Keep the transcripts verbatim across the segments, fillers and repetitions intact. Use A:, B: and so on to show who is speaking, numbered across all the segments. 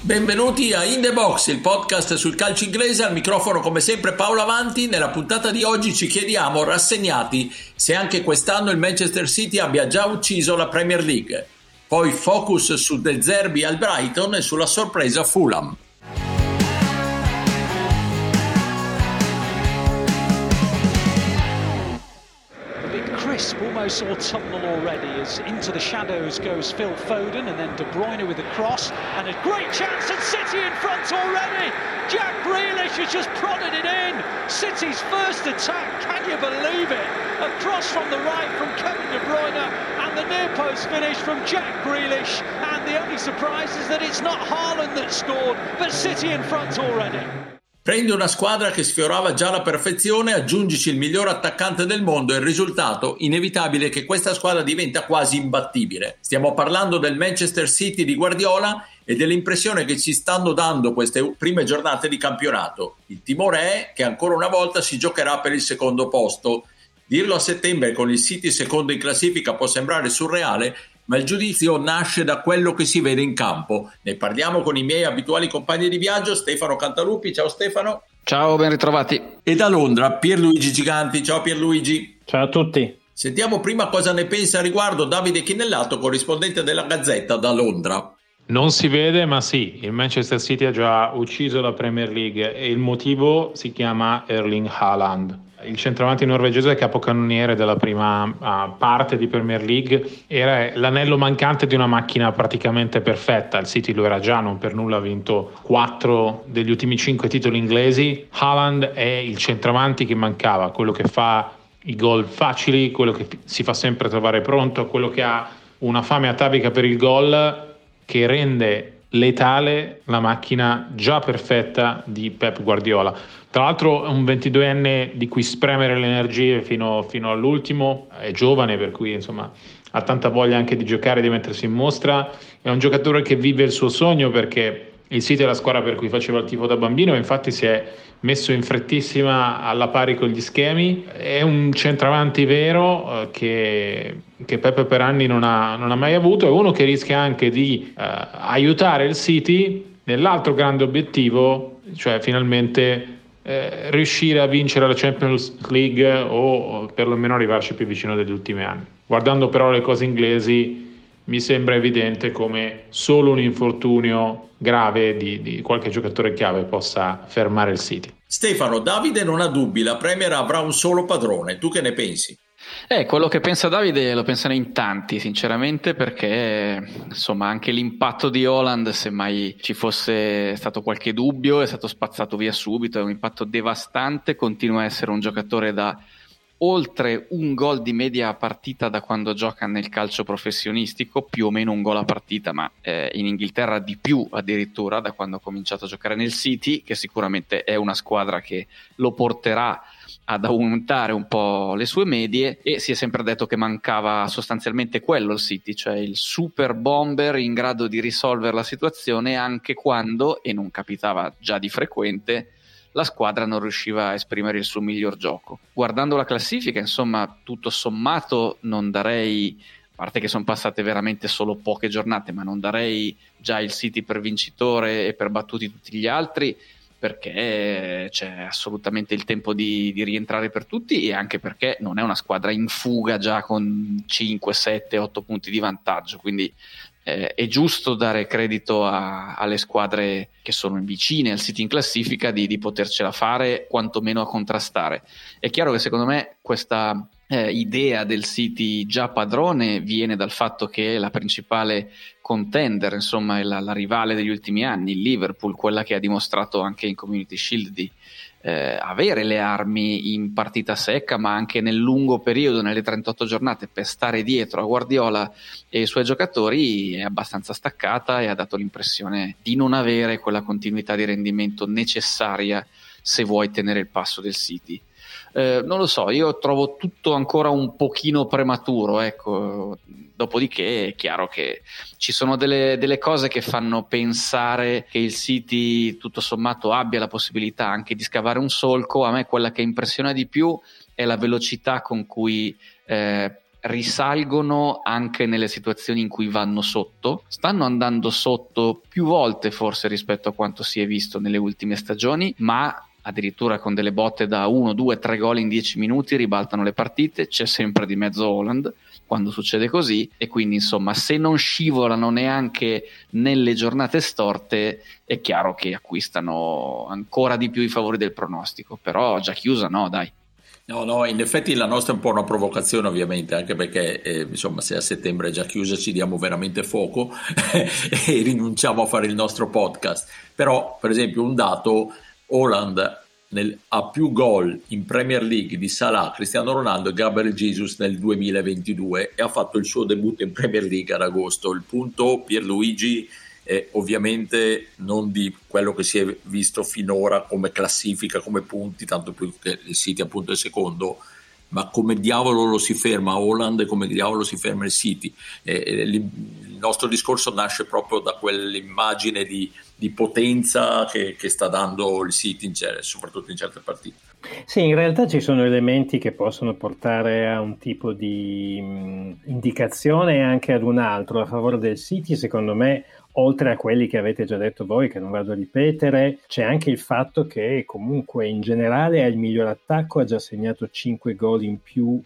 A: Benvenuti a In The Box, il podcast sul calcio inglese. Al microfono come sempre Paolo Avanti. Nella puntata di oggi ci chiediamo, rassegnati, se anche quest'anno il Manchester City abbia già ucciso la Premier League. Poi focus su De Zerbi al Brighton e sulla sorpresa Fulham.
B: Almost autumnal already as into the shadows goes Phil Foden and then De Bruyne with a cross and a great chance and City in front already. Jack Grealish has just prodded it in. City's first attack, can you believe it? A cross from the right from Kevin De Bruyne and the near post finish from Jack Grealish, and the only surprise is that it's not Haaland that scored but City in front already.
A: Prendi una squadra che sfiorava già la perfezione, aggiungici il miglior attaccante del mondo e il risultato inevitabile è che questa squadra diventa quasi imbattibile. Stiamo parlando del Manchester City di Guardiola e dell'impressione che ci stanno dando queste prime giornate di campionato. Il timore è che ancora una volta si giocherà per il secondo posto. Dirlo a settembre con il City secondo in classifica può sembrare surreale, ma il giudizio nasce da quello che si vede in campo. Ne parliamo con i miei abituali compagni di viaggio, Stefano Cantaluppi. Ciao Stefano.
C: Ciao, ben ritrovati.
A: E da Londra Pierluigi Giganti. Ciao Pierluigi.
D: Ciao a tutti.
A: Sentiamo prima cosa ne pensa a riguardo Davide Chinellato, corrispondente della Gazzetta da Londra.
D: Non si vede, ma sì, il Manchester City ha già ucciso la Premier League e il motivo si chiama Erling Haaland. Il centravanti norvegese capocannoniere della prima uh, parte di Premier League era l'anello mancante di una macchina praticamente perfetta. Il City lo era già, non per nulla ha vinto quattro degli ultimi cinque titoli inglesi. Haaland è il centravanti che mancava, quello che fa i gol facili, quello che si fa sempre trovare pronto, quello che ha una fame atavica per il gol che rende letale la macchina già perfetta di Pep Guardiola. Tra l'altro è un ventiduenne di cui spremere le energie fino, fino all'ultimo, è giovane per cui insomma ha tanta voglia anche di giocare, di mettersi in mostra, è un giocatore che vive il suo sogno perché il City è la squadra per cui faceva il tifo da bambino e infatti si è messo in frettissima alla pari con gli schemi. È un centravanti vero eh, che, che Pepe per anni non ha, non ha mai avuto, è uno che rischia anche di eh, aiutare il City nell'altro grande obiettivo, cioè finalmente eh, riuscire a vincere la Champions League o, o perlomeno arrivarci più vicino degli ultimi anni. Guardando però le cose inglesi mi sembra evidente come solo un infortunio grave di, di qualche giocatore chiave possa fermare il City.
A: Stefano, Davide non ha dubbi, la Premier avrà un solo padrone, tu che ne pensi?
C: Eh, quello che pensa Davide lo pensano in tanti sinceramente, perché insomma anche l'impatto di Haaland, se mai ci fosse stato qualche dubbio, è stato spazzato via subito, è un impatto devastante, continua a essere un giocatore da oltre un gol di media a partita da quando gioca nel calcio professionistico, più o meno un gol a partita, ma eh, in Inghilterra di più addirittura da quando ha cominciato a giocare nel City, che sicuramente è una squadra che lo porterà ad aumentare un po' le sue medie, e si è sempre detto che mancava sostanzialmente quello al City, cioè il super bomber in grado di risolvere la situazione anche quando, e non capitava già di frequente, la squadra non riusciva a esprimere il suo miglior gioco. Guardando la classifica, insomma, tutto sommato non darei, a parte che sono passate veramente solo poche giornate, ma non darei già il City per vincitore e per battuti tutti gli altri, perché c'è assolutamente il tempo di, di rientrare per tutti, e anche perché non è una squadra in fuga già con cinque, sette, otto punti di vantaggio, quindi eh, è giusto dare credito a, alle squadre che sono vicine al City in classifica di, di potercela fare, quantomeno a contrastare. È chiaro che secondo me questa eh, idea del City già padrone viene dal fatto che la principale contender, insomma, è la, la rivale degli ultimi anni, il Liverpool, quella che ha dimostrato anche in Community Shield di eh, avere le armi in partita secca, ma anche nel lungo periodo, nelle trentotto giornate, per stare dietro a Guardiola e i suoi giocatori, è abbastanza staccata e ha dato l'impressione di non avere quella continuità di rendimento necessaria se vuoi tenere il passo del City. Eh, non lo so, io trovo tutto ancora un pochino prematuro, ecco. Dopodiché è chiaro che ci sono delle, delle cose che fanno pensare che il City tutto sommato abbia la possibilità anche di scavare un solco. A me quella che impressiona di più è la velocità con cui eh, risalgono anche nelle situazioni in cui vanno sotto, stanno andando sotto più volte forse rispetto a quanto si è visto nelle ultime stagioni, ma addirittura con delle botte da uno, due, tre gol in dieci minuti ribaltano le partite. C'è sempre di mezzo Haaland quando succede così, e quindi insomma se non scivolano neanche nelle giornate storte è chiaro che acquistano ancora di più i favori del pronostico, però già chiusa no dai.
A: No, no, in effetti la nostra è un po' una provocazione ovviamente, anche perché eh, insomma se a settembre è già chiusa ci diamo veramente fuoco e rinunciamo a fare il nostro podcast. Però per esempio un dato: Haaland nel, ha più gol in Premier League di Salah, Cristiano Ronaldo e Gabriel Jesus nel duemilaventidue, e ha fatto il suo debutto in Premier League ad agosto. Il punto, Pierluigi, eh, ovviamente non di quello che si è visto finora come classifica, come punti, tanto più che il City appunto è secondo, ma come diavolo lo si ferma Haaland e come diavolo si ferma il City. Eh, il nostro discorso nasce proprio da quell'immagine di, di potenza che, che sta dando il City, in, soprattutto in certe partite.
E: Sì, in realtà ci sono elementi che possono portare a un tipo di mh, indicazione e anche ad un altro. A favore del City, secondo me, oltre a quelli che avete già detto voi, che non vado a ripetere, c'è anche il fatto che comunque in generale ha il miglior attacco, ha già segnato cinque gol in più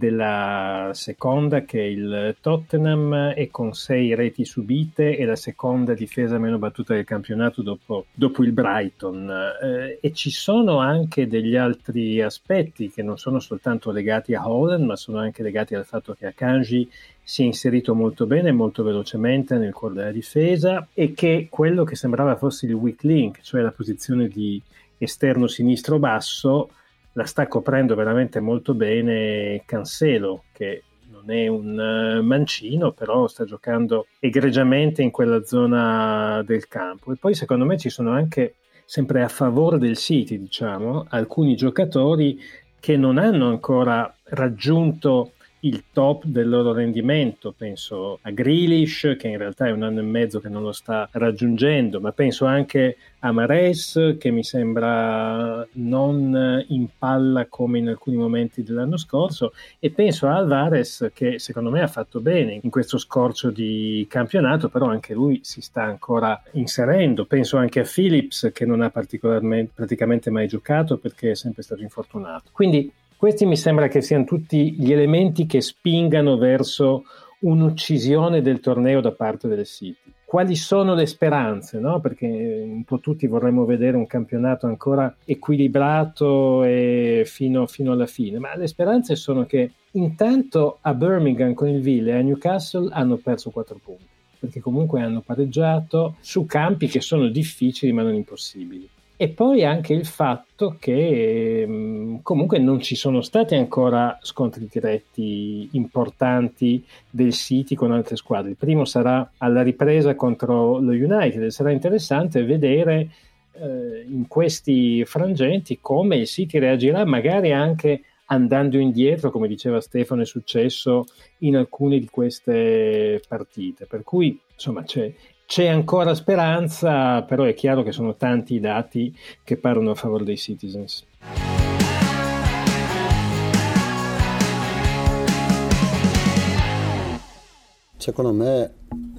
E: della seconda, che è il Tottenham, e con sei reti subite è la seconda difesa meno battuta del campionato dopo, dopo il Brighton. Eh, e ci sono anche degli altri aspetti che non sono soltanto legati a Haaland, ma sono anche legati al fatto che Akanji si è inserito molto bene e molto velocemente nel cuore della difesa, e che quello che sembrava fosse il weak link, cioè la posizione di esterno sinistro basso, la sta coprendo veramente molto bene Cancelo, che non è un mancino, però sta giocando egregiamente in quella zona del campo. E poi secondo me ci sono anche, sempre a favore del City, diciamo, alcuni giocatori che non hanno ancora raggiunto il top del loro rendimento. Penso a Grealish, che in realtà è un anno e mezzo che non lo sta raggiungendo, ma penso anche a Mahrez, che mi sembra non in palla come in alcuni momenti dell'anno scorso, e penso a Alvarez, che secondo me ha fatto bene in questo scorcio di campionato, però anche lui si sta ancora inserendo. Penso anche a Phillips, che non ha particolarmente praticamente mai giocato perché è sempre stato infortunato. Quindi questi mi sembra che siano tutti gli elementi che spingano verso un'uccisione del torneo da parte del City. Quali sono le speranze, no? Perché un po' tutti vorremmo vedere un campionato ancora equilibrato e fino, fino alla fine, ma le speranze sono che intanto a Birmingham con il Villa e a Newcastle hanno perso quattro punti, perché comunque hanno pareggiato su campi che sono difficili ma non impossibili. E poi anche il fatto che mh, comunque non ci sono stati ancora scontri diretti importanti del City con altre squadre. Il primo sarà alla ripresa contro lo United, e sarà interessante vedere eh, in questi frangenti come il City reagirà, magari anche andando indietro, come diceva Stefano, è successo in alcune di queste partite. Per cui insomma c'è C'è ancora speranza, però è chiaro che sono tanti i dati che parlano a favore dei Citizens.
F: Secondo me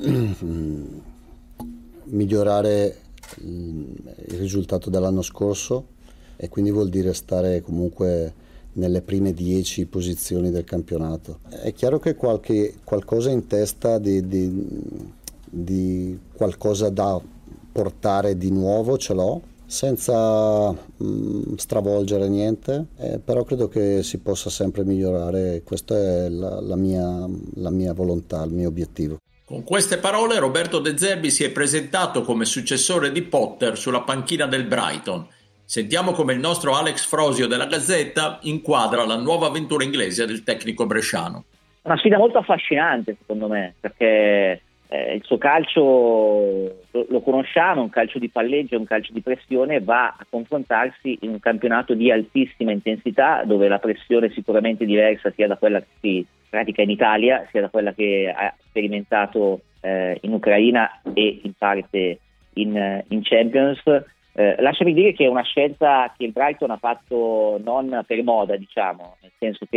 F: migliorare il risultato dell'anno scorso, e quindi vuol dire stare comunque nelle prime dieci posizioni del campionato. È chiaro che qualche, qualcosa in testa di... di di qualcosa da portare di nuovo ce l'ho, senza mh, stravolgere niente, eh, però credo che si possa sempre migliorare. Questa è la, la, mia, la mia volontà, il mio obiettivo.
A: Con queste parole Roberto De Zerbi si è presentato come successore di Potter sulla panchina del Brighton. Sentiamo come il nostro Alex Frosio della Gazzetta inquadra la nuova avventura inglese del tecnico bresciano.
G: Una sfida molto affascinante secondo me, perché Eh, il suo calcio lo, lo conosciamo, un calcio di palleggio, un calcio di pressione, va a confrontarsi in un campionato di altissima intensità, dove la pressione è sicuramente diversa sia da quella che si pratica in Italia, sia da quella che ha sperimentato eh, in Ucraina e in parte in, in Champions. Eh, lasciami dire che è una scelta che il Brighton ha fatto non per moda, diciamo, nel senso che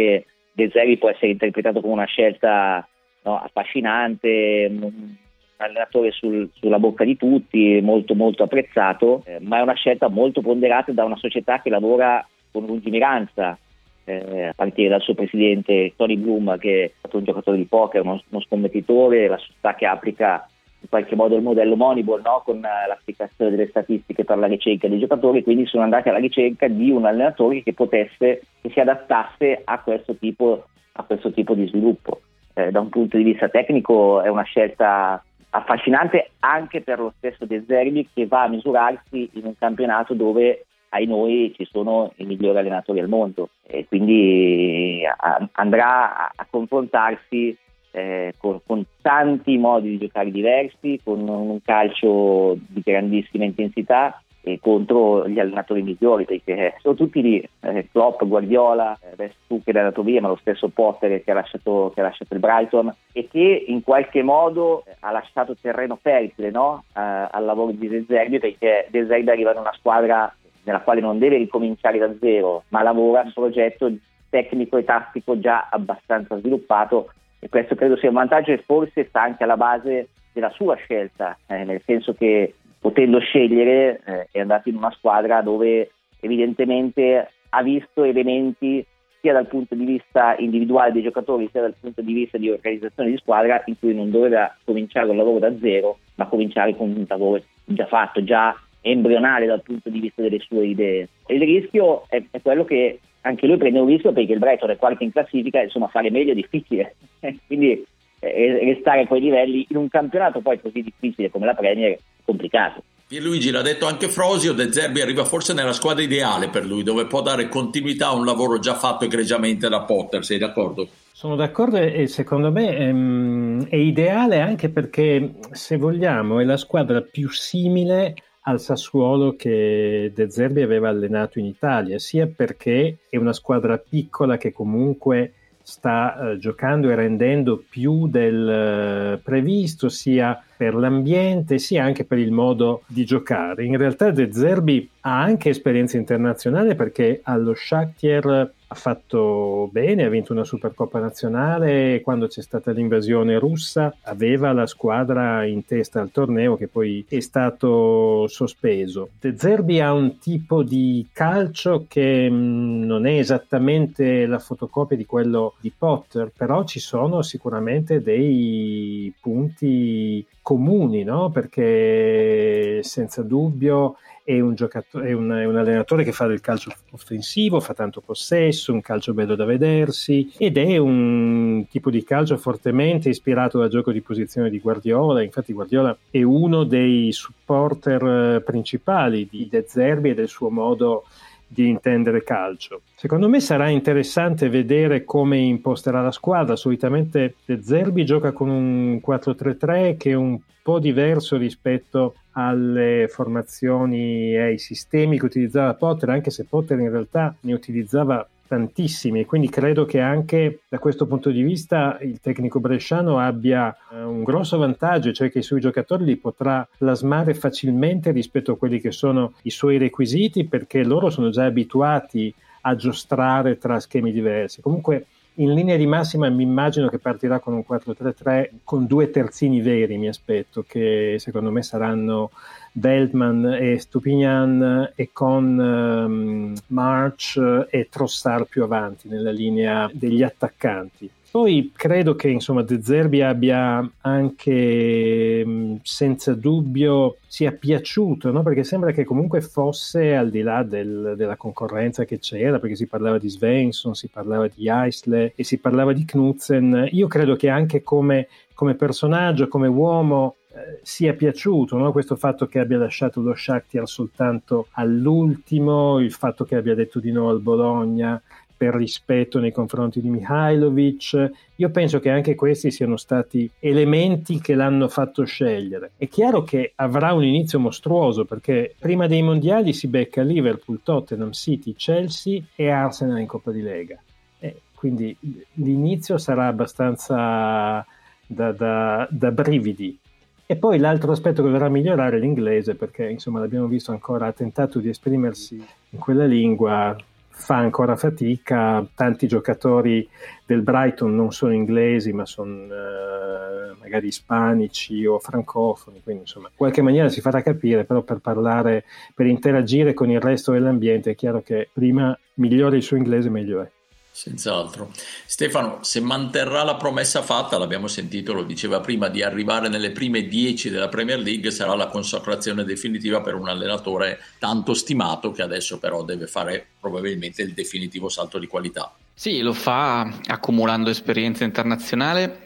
G: De Zerbi può essere interpretato come una scelta, no, affascinante, un allenatore sul, sulla bocca di tutti, molto molto apprezzato, eh, ma è una scelta molto ponderata da una società che lavora con lungimiranza, eh, a partire dal suo presidente Tony Bloom, che è stato un giocatore di poker, uno, uno scommettitore, la società che applica in qualche modo il modello Moneyball, no? Con l'applicazione delle statistiche per la ricerca dei giocatori, quindi sono andati alla ricerca di un allenatore che potesse, che si adattasse a questo tipo, a questo tipo di sviluppo. Eh, da un punto di vista tecnico è una scelta affascinante anche per lo stesso De Zerbi, che va a misurarsi in un campionato dove ai noi ci sono i migliori allenatori al mondo, e quindi a, andrà a, a confrontarsi Eh, con, con tanti modi di giocare diversi, con un calcio di grandissima intensità e contro gli allenatori migliori, perché sono tutti lì, eh, Klopp, Guardiola, eh, Tuchel è andato via, ma lo stesso Potter che ha lasciato, che ha lasciato il Brighton, e che in qualche modo eh, ha lasciato terreno fertile, no? eh, al lavoro di De Zerbi, perché De Zerbi arriva in una squadra nella quale non deve ricominciare da zero, ma lavora su un progetto tecnico e tattico già abbastanza sviluppato, e questo credo sia un vantaggio, e forse sta anche alla base della sua scelta, eh, nel senso che potendo scegliere eh, è andato in una squadra dove evidentemente ha visto elementi sia dal punto di vista individuale dei giocatori sia dal punto di vista di organizzazione di squadra, in cui non doveva cominciare un lavoro da zero, ma cominciare con un lavoro già fatto, già embrionale dal punto di vista delle sue idee. E il rischio è, è quello che anche lui prende un rischio, perché il Brighton è quarto in classifica, insomma fare meglio è difficile, quindi eh, restare a quei livelli in un campionato poi così difficile come la Premier è complicato.
A: Pierluigi, l'ha detto anche Frosio, De Zerbi arriva forse nella squadra ideale per lui, dove può dare continuità a un lavoro già fatto egregiamente da Potter, sei d'accordo?
E: Sono d'accordo, e secondo me ehm, è ideale anche perché, se vogliamo, è la squadra più simile al Sassuolo che De Zerbi aveva allenato in Italia, sia perché è una squadra piccola che comunque sta eh, giocando e rendendo più del eh, previsto, sia per l'ambiente sia anche per il modo di giocare. In realtà De Zerbi ha anche esperienza internazionale, perché allo Shakhtar ha fatto bene, ha vinto una Supercoppa nazionale, e quando c'è stata l'invasione russa aveva la squadra in testa al torneo, che poi è stato sospeso. De Zerbi ha un tipo di calcio che mh, non è esattamente la fotocopia di quello di Potter, però ci sono sicuramente dei punti comuni, no? Perché senza dubbio è un giocatore, è un, è un allenatore che fa del calcio offensivo, fa tanto possesso, un calcio bello da vedersi, ed è un tipo di calcio fortemente ispirato dal gioco di posizione di Guardiola. Infatti Guardiola è uno dei supporter principali di De Zerbi e del suo modo di intendere calcio. Secondo me sarà interessante vedere come imposterà la squadra. Solitamente De Zerbi gioca con un quattro tre tre che è un po' diverso rispetto alle formazioni e ai sistemi che utilizzava Potter, anche se Potter in realtà ne utilizzava tantissimi, e quindi credo che anche da questo punto di vista il tecnico bresciano abbia eh, un grosso vantaggio, cioè che i suoi giocatori li potrà plasmare facilmente rispetto a quelli che sono i suoi requisiti, perché loro sono già abituati a giostrare tra schemi diversi. Comunque in linea di massima mi immagino che partirà con un quattro tre tre con due terzini veri, mi aspetto, che secondo me saranno Veltman e Stupinian, e con um, March e Trossard più avanti nella linea degli attaccanti. Poi credo che insomma De Zerbi abbia anche mh, senza dubbio sia piaciuto, no? Perché sembra che comunque fosse al di là del, della concorrenza che c'era, perché si parlava di Svensson, si parlava di Eisle e si parlava di Knudsen. Io credo che anche come, come personaggio, come uomo, eh, sia piaciuto, no? Questo fatto che abbia lasciato lo Shakhtar soltanto all'ultimo, il fatto che abbia detto di no al Bologna per rispetto nei confronti di Mihajlovic. Io penso che anche questi siano stati elementi che l'hanno fatto scegliere. È chiaro che avrà un inizio mostruoso, perché prima dei mondiali si becca Liverpool, Tottenham, City, Chelsea e Arsenal in Coppa di Lega. E quindi l'inizio sarà abbastanza da, da, da brividi. E poi l'altro aspetto che dovrà migliorare è l'inglese, perché insomma l'abbiamo visto ancora, ha tentato di esprimersi in quella lingua fa ancora fatica. Tanti giocatori del Brighton non sono inglesi, ma sono eh, magari ispanici o francofoni, quindi insomma in qualche maniera si farà capire, però per parlare, per interagire con il resto dell'ambiente è chiaro che prima migliore il suo inglese meglio è.
A: Senz'altro. Stefano, se manterrà la promessa fatta, l'abbiamo sentito, lo diceva prima, di arrivare nelle prime dieci della Premier League, sarà la consacrazione definitiva per un allenatore tanto stimato che adesso però deve fare probabilmente il definitivo salto di qualità.
C: Sì, lo fa accumulando esperienza internazionale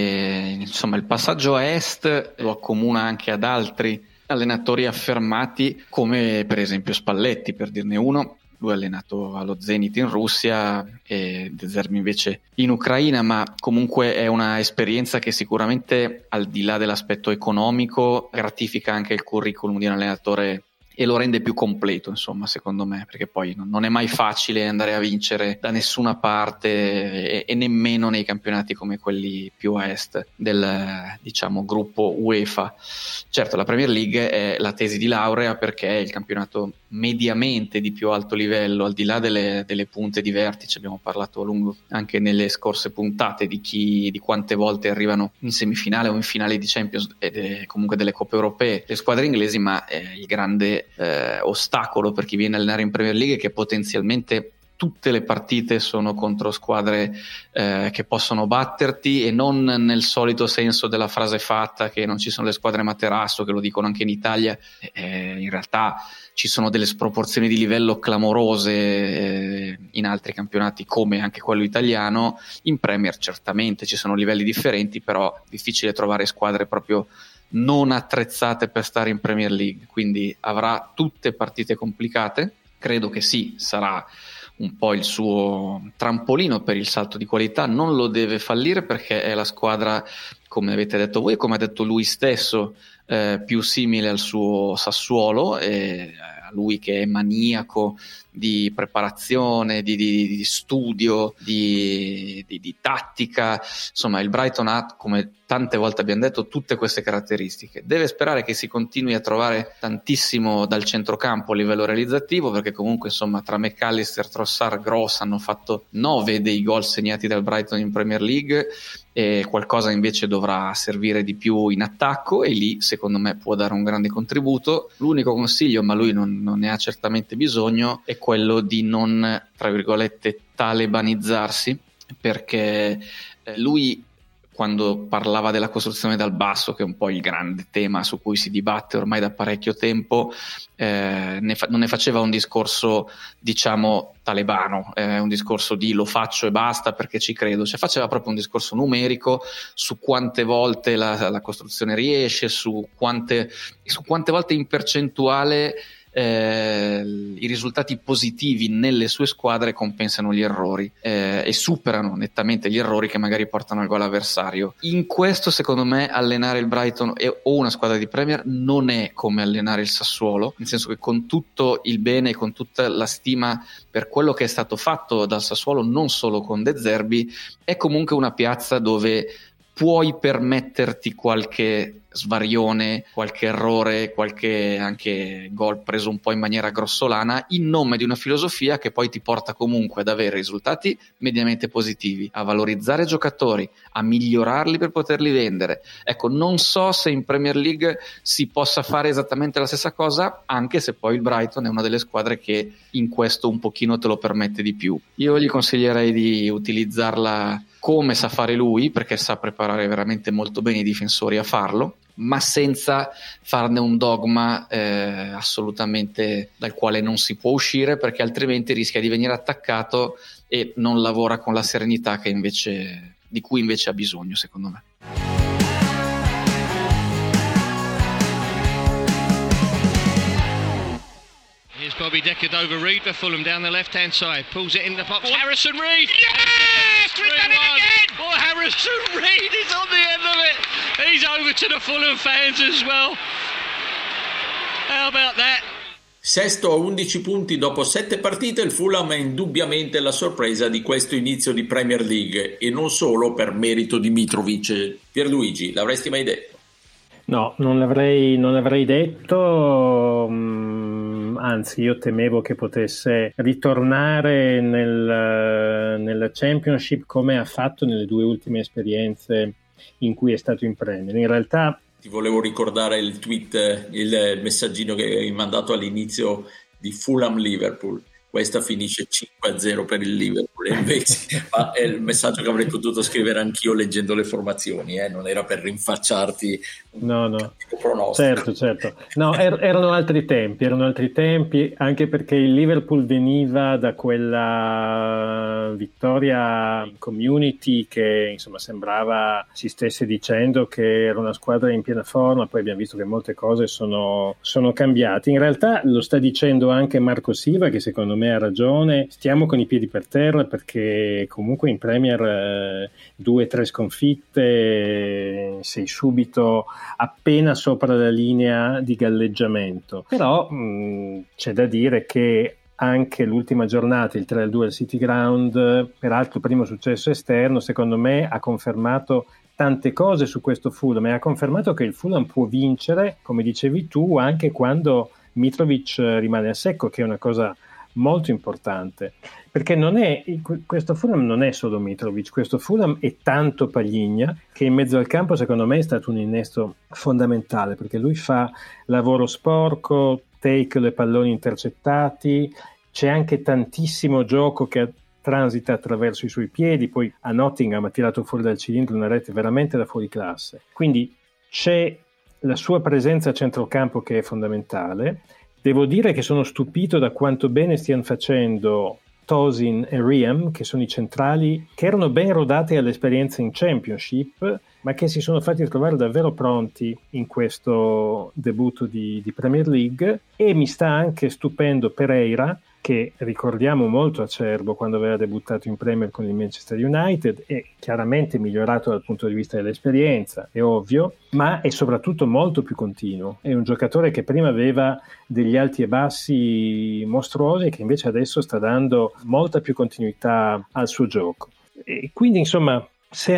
C: e insomma il passaggio a est lo accomuna anche ad altri allenatori affermati come per esempio Spalletti, per dirne uno. Lui è allenato allo Zenit in Russia e De Zerbi invece in Ucraina, ma comunque è una esperienza che sicuramente, al di là dell'aspetto economico, gratifica anche il curriculum di un allenatore e lo rende più completo, insomma, secondo me, perché poi non è mai facile andare a vincere da nessuna parte e, e nemmeno nei campionati come quelli più a est del, diciamo, gruppo UEFA. Certo, la Premier League è la tesi di laurea perché è il campionato mediamente di più alto livello, al di là delle, delle punte di vertice. Abbiamo parlato a lungo anche nelle scorse puntate di chi, di quante volte arrivano in semifinale o in finale di Champions e comunque delle coppe europee le squadre inglesi, ma eh, il grande Eh, ostacolo per chi viene a allenare in Premier League è che potenzialmente tutte le partite sono contro squadre eh, che possono batterti, e non nel solito senso della frase fatta che non ci sono le squadre materasso, che lo dicono anche in Italia. Eh, in realtà ci sono delle sproporzioni di livello clamorose eh, in altri campionati come anche quello italiano. In Premier certamente ci sono livelli differenti, però è difficile trovare squadre proprio non attrezzate per stare in Premier League, quindi avrà tutte partite complicate. Credo che sì, sarà un po' il suo trampolino per il salto di qualità, non lo deve fallire perché è la squadra, come avete detto voi, come ha detto lui stesso, eh, più simile al suo Sassuolo, e a lui che è maniaco di preparazione, di, di, di studio, di, di, di tattica. Insomma, il Brighton ha, come tante volte abbiamo detto, tutte queste caratteristiche. Deve sperare che si continui a trovare tantissimo dal centrocampo a livello realizzativo, perché comunque insomma tra McAllister, Trossard, Gross hanno fatto nove dei gol segnati dal Brighton in Premier League, e qualcosa invece dovrà servire di più in attacco, e lì secondo me può dare un grande contributo. L'unico consiglio, ma lui non, non ne ha certamente bisogno, è quello di non, tra virgolette, talebanizzarsi, perché lui, quando parlava della costruzione dal basso, che è un po' il grande tema su cui si dibatte ormai da parecchio tempo, eh, ne fa- non ne faceva un discorso, diciamo, talebano, eh, un discorso di lo faccio e basta perché ci credo, cioè faceva proprio un discorso numerico su quante volte la, la costruzione riesce, su quante, su quante volte in percentuale Eh, i risultati positivi nelle sue squadre compensano gli errori eh, e superano nettamente gli errori che magari portano al gol avversario. In questo, secondo me, allenare il Brighton e, o una squadra di Premier non è come allenare il Sassuolo, nel senso che, con tutto il bene e con tutta la stima per quello che è stato fatto dal Sassuolo, non solo con De Zerbi, è comunque una piazza dove puoi permetterti qualche svarione, qualche errore, qualche anche gol preso un po' in maniera grossolana, in nome di una filosofia che poi ti porta comunque ad avere risultati mediamente positivi, a valorizzare giocatori, a migliorarli per poterli vendere. Ecco, non so se in Premier League si possa fare esattamente la stessa cosa, anche se poi il Brighton è una delle squadre che in questo un pochino te lo permette di più. Io gli consiglierei di utilizzarla come sa fare lui, perché sa preparare veramente molto bene i difensori a farlo, ma senza farne un dogma eh, assolutamente dal quale non si può uscire, perché altrimenti rischia di venire attaccato e non lavora con la serenità che invece, di cui invece ha bisogno, secondo me.
H: Here's Bobby Decker over Reid for Fulham down the left-hand side. Pulls it in the box. Harrison Reid! Yes! We've done it again! Oh, Harrison Reid is on the end of it! He's over to the Fulham fans as well. How about that?
A: Sesto a undici punti dopo sette partite, il Fulham è indubbiamente la sorpresa di questo inizio di Premier League, e non solo per merito di Mitrovic. Pierluigi, l'avresti mai detto?
E: No, non l'avrei, non l'avrei detto. anzi io temevo che potesse ritornare nel, nella Championship come ha fatto nelle due ultime esperienze in cui è stato in Premier. In realtà
A: ti volevo ricordare il tweet, il messaggino che hai mandato all'inizio di Fulham-Liverpool. Questa finisce cinque a zero per il Liverpool, e invece ma è il messaggio che avrei potuto scrivere anch'io leggendo le formazioni, eh? Non era per rinfacciarti un
E: no, no.
A: pronostico.
E: Certo, certo. No, er- erano altri tempi, erano altri tempi, anche perché il Liverpool veniva da quella vittoria in Community che insomma sembrava si stesse dicendo che era una squadra in piena forma, poi abbiamo visto che molte cose sono, sono cambiate. In realtà lo sta dicendo anche Marco Silva, che secondo me ha ragione, stiamo con i piedi per terra perché comunque in Premier eh, due o tre sconfitte eh, sei subito appena sopra la linea di galleggiamento. Però mh, c'è da dire che anche l'ultima giornata, il tre a due al City Ground, peraltro primo successo esterno, secondo me ha confermato tante cose su questo Fulham e ha confermato che il Fulham può vincere, come dicevi tu, anche quando Mitrovic rimane a secco, che è una cosa molto importante, perché non è questo Fulham non è solo Mitrovic, questo Fulham è tanto Pagligna, che in mezzo al campo secondo me è stato un innesto fondamentale, perché lui fa lavoro sporco, take le palloni intercettati, c'è anche tantissimo gioco che transita attraverso i suoi piedi, poi a Nottingham ha tirato fuori dal cilindro una rete veramente da fuori classe, quindi c'è la sua presenza a centrocampo che è fondamentale. Devo dire che sono stupito da quanto bene stiano facendo Tosin e Riem, che sono i centrali, che erano ben rodati all'esperienza in Championship, ma che si sono fatti trovare davvero pronti in questo debutto di, di Premier League. E mi sta anche stupendo Pereira, che ricordiamo molto acerbo quando aveva debuttato in Premier con il Manchester United, è chiaramente migliorato dal punto di vista dell'esperienza, è ovvio, ma è soprattutto molto più continuo. È un giocatore che prima aveva degli alti e bassi mostruosi e che invece adesso sta dando molta più continuità al suo gioco. E quindi insomma, se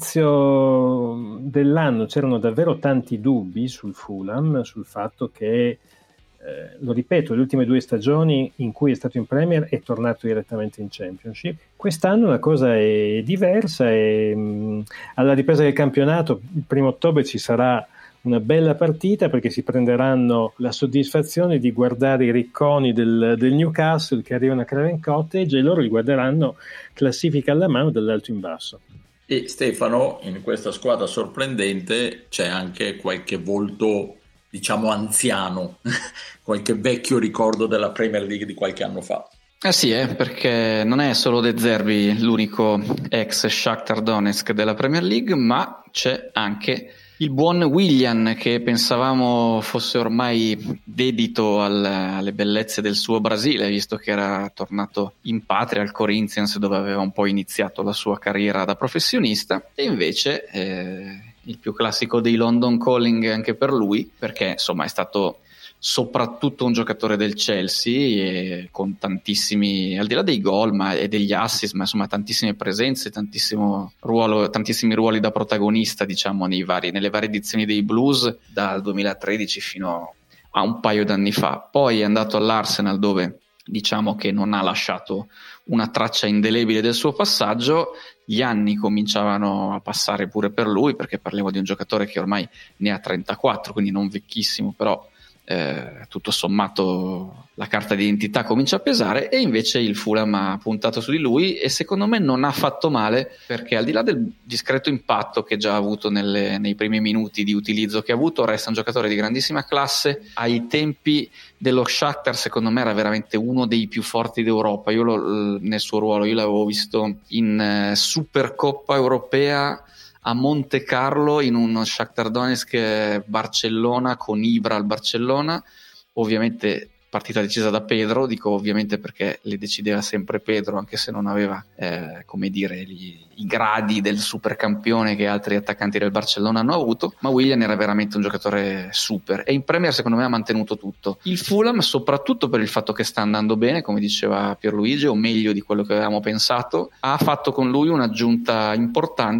E: all'inizio dell'anno c'erano davvero tanti dubbi sul Fulham, sul fatto che Eh, lo ripeto, le ultime due stagioni in cui è stato in Premier è tornato direttamente in Championship. Quest'anno la cosa è diversa e mh, alla ripresa del campionato il primo ottobre ci sarà una bella partita, perché si prenderanno la soddisfazione di guardare i ricconi del, del Newcastle che arrivano a Craven Cottage e loro li guarderanno classifica alla mano dall'alto in basso.
A: E Stefano, in questa squadra sorprendente c'è anche qualche volto, diciamo, anziano, qualche vecchio ricordo della Premier League di qualche anno fa.
C: Eh sì, eh, perché non è solo De Zerbi l'unico ex Shakhtar Donetsk della Premier League, ma c'è anche il buon Willian, che pensavamo fosse ormai dedito al, alle bellezze del suo Brasile, visto che era tornato in patria al Corinthians, dove aveva un po' iniziato la sua carriera da professionista, e invece eh, il più classico dei London Calling anche per lui, perché insomma è stato soprattutto un giocatore del Chelsea e con tantissimi, al di là dei gol ma e degli assist, ma insomma tantissime presenze, tantissimo ruolo, tantissimi ruoli da protagonista, diciamo, nei vari, nelle varie edizioni dei Blues dal duemilatredici fino a un paio d'anni fa. Poi è andato all'Arsenal, dove diciamo che non ha lasciato una traccia indelebile del suo passaggio. Gli anni cominciavano a passare pure per lui, perché parliamo di un giocatore che ormai ne ha trentaquattro, quindi non vecchissimo, però eh, tutto sommato la carta d'identità comincia a pesare, e invece il Fulham ha puntato su di lui e secondo me non ha fatto male, perché al di là del discreto impatto che già ha avuto nelle, nei primi minuti di utilizzo che ha avuto, resta un giocatore di grandissima classe. Ai tempi dello Shakhtar secondo me era veramente uno dei più forti d'Europa. Io lo, nel suo ruolo io l'avevo visto in uh, Supercoppa europea a Monte Carlo, in uno Shakhtar Donetsk Barcellona, con Ibra al Barcellona, ovviamente partita decisa da Pedro, dico ovviamente perché le decideva sempre Pedro, anche se non aveva eh, come dire gli, i gradi del supercampione che altri attaccanti del Barcellona hanno avuto, ma Willian era veramente un giocatore super, e in Premier secondo me ha mantenuto tutto. Il Fulham, soprattutto per il fatto che sta andando bene, come diceva Pierluigi, o meglio di quello che avevamo pensato, ha fatto con lui un'aggiunta importante,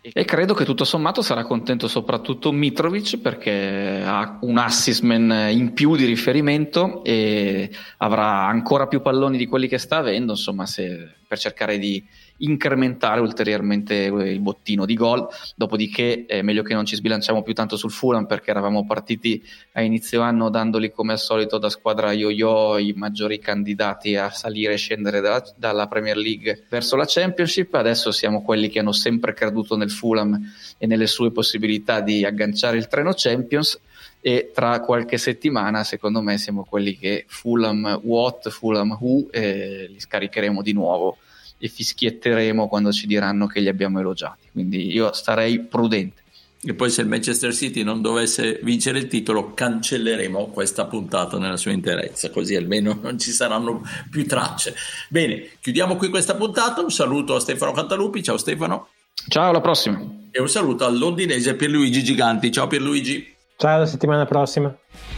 C: E credo che tutto sommato sarà contento soprattutto Mitrovic, perché ha un assist man in più di riferimento e avrà ancora più palloni di quelli che sta avendo, insomma, se, per cercare di incrementare ulteriormente il bottino di gol. Dopodiché è meglio che non ci sbilanciamo più tanto sul Fulham, perché eravamo partiti a inizio anno dandoli come al solito da squadra yo-yo i maggiori candidati a salire e scendere dalla, dalla Premier League verso la Championship. Adesso siamo quelli che hanno sempre creduto nel Fulham e nelle sue possibilità di agganciare il treno Champions, e tra qualche settimana secondo me siamo quelli che Fulham what, Fulham who, e li scaricheremo di nuovo e fischietteremo quando ci diranno che li abbiamo elogiati. Quindi io starei prudente.
A: E poi se il Manchester City non dovesse vincere il titolo, cancelleremo questa puntata nella sua interezza, così almeno non ci saranno più tracce. Bene, chiudiamo qui questa puntata. Un saluto a Stefano Cantalupi. Ciao Stefano.
C: Ciao, alla prossima.
A: E un saluto al londinese Pierluigi Giganti. Ciao Pierluigi.
E: Ciao, alla settimana prossima.